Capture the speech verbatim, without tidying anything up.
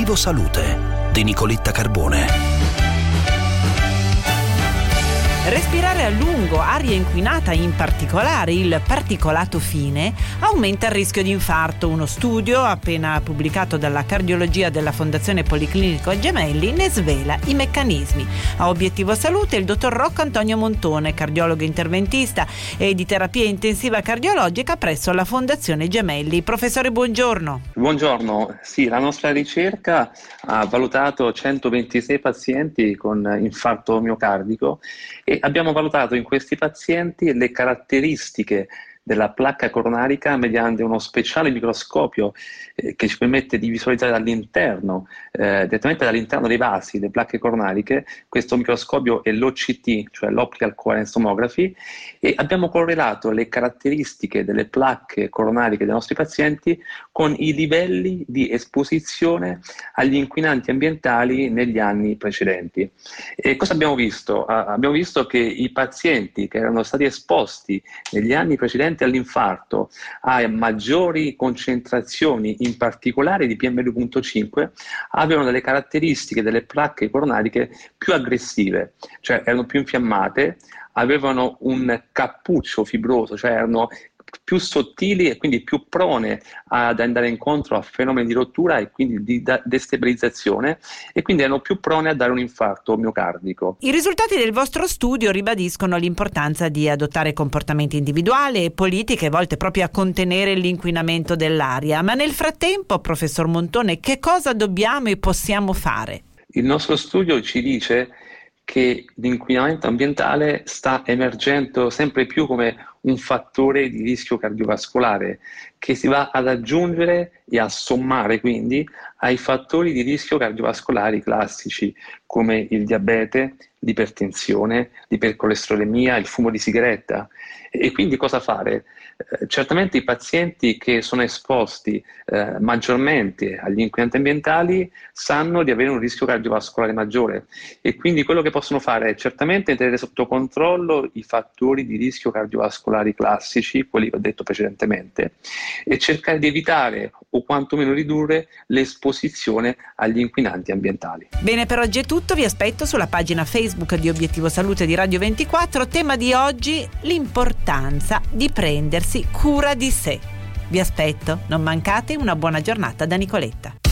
Obiettivo Salute di Nicoletta Carbone. Respirare a lungo aria inquinata, in particolare il particolato fine, aumenta il rischio di infarto. Uno studio appena pubblicato dalla cardiologia della Fondazione Policlinico Gemelli ne svela i meccanismi. A Obiettivo Salute il dottor Rocco Antonio Montone, cardiologo interventista e di terapia intensiva cardiologica presso la Fondazione Gemelli. Professore, buongiorno. Buongiorno. Sì, la nostra ricerca ha valutato centoventisei pazienti con infarto miocardico e abbiamo valutato in questi pazienti le caratteristiche della placca coronarica mediante uno speciale microscopio eh, che ci permette di visualizzare dall'interno, eh, direttamente dall'interno dei vasi, le placche coronariche. Questo microscopio è l'O C T, cioè l'Optical Coherence Tomography, e abbiamo correlato le caratteristiche delle placche coronariche dei nostri pazienti con i livelli di esposizione agli inquinanti ambientali negli anni precedenti. E cosa abbiamo visto? Ah, abbiamo visto che i pazienti che erano stati esposti negli anni precedenti all'infarto a maggiori concentrazioni, in particolare di P M due virgola cinque, avevano delle caratteristiche delle placche coronariche più aggressive, cioè erano più infiammate, avevano un cappuccio fibroso, cioè erano più sottili e quindi più prone ad andare incontro a fenomeni di rottura e quindi di destabilizzazione, e quindi erano più prone a dare un infarto miocardico. I risultati del vostro studio ribadiscono l'importanza di adottare comportamenti individuali e politiche volte proprio a contenere l'inquinamento dell'aria. Ma nel frattempo, professor Montone, che cosa dobbiamo e possiamo fare? Il nostro studio ci dice che l'inquinamento ambientale sta emergendo sempre più come un fattore di rischio cardiovascolare che si va ad aggiungere e a sommare quindi ai fattori di rischio cardiovascolari classici come il diabete, l'ipertensione, l'ipercolesterolemia, il fumo di sigaretta. E quindi cosa fare? Eh, certamente i pazienti che sono esposti eh, maggiormente agli inquinanti ambientali sanno di avere un rischio cardiovascolare maggiore, e quindi quello che possono fare è certamente tenere sotto controllo i fattori di rischio cardiovascolari classici, quelli che ho detto precedentemente, e cercare di evitare o quantomeno ridurre l'esposizione agli inquinanti ambientali. Bene, per oggi è tutto. Vi aspetto sulla pagina Facebook di Obiettivo Salute di Radio ventiquattro. Tema di oggi: l'importanza di prendersi cura di sé. Vi aspetto, non mancate. Una buona giornata da Nicoletta.